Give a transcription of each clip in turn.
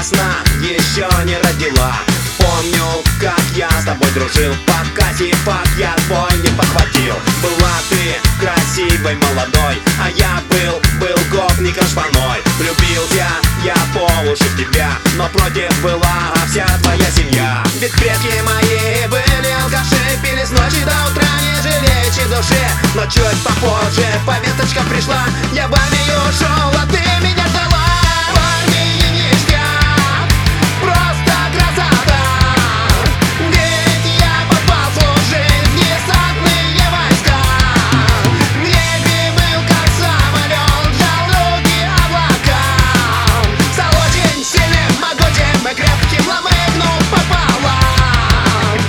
сна еще не родила. Помню, как я с тобой дружил, пока сипак я твой не подхватил. Была ты красивой, молодой, а я был гопником шпаной. Влюбился я по уши в тебя, но против была вся твоя семья. Ведь предки мои были алкаши, пили с ночи до утра, не жалеючи души. Но чуть попозже повесточка пришла, я в армию ушел, а ты меня ждала. В армии ништяк, просто красота. Ведь я попал служить в десантные войска. В небе был как самолет, жал руки облакам. Стал очень сильным, могучим и крепким, ломыгнул пополам.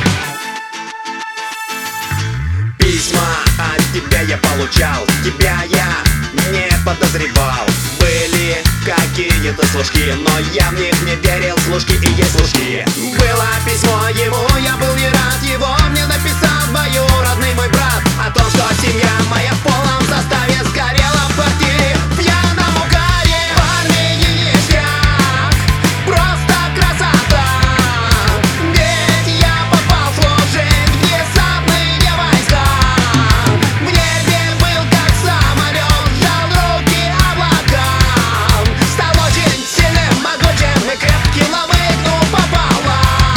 Письма от тебя я получал, тебя я не подозревал. Были какие-то служки, но я в них не верил. Служки и есть служки. Было письмо ему, я был не рад. Его мне написал двоюродный мой брат о том, что семья моя в полном составе сгорела в квартире в пьяном угаре. В армии ништяк, просто красота. Ведь я попал служить в десантные войска. В небе был как самолет, жал руки облакам. Стал очень сильным, могучим и крепким, ломыгнул пополам.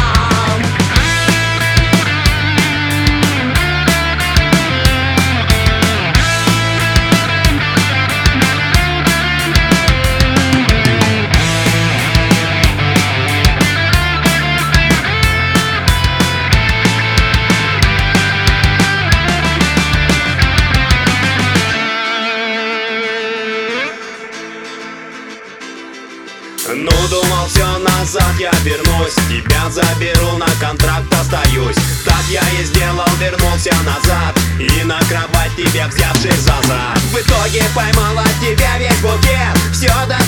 Ну, думал, все назад я вернусь, тебя заберу, на контракт остаюсь. Так я и сделал, вернулся назад и на кровать тебя взявшись за зад. В итоге поймал от тебя весь букет, все до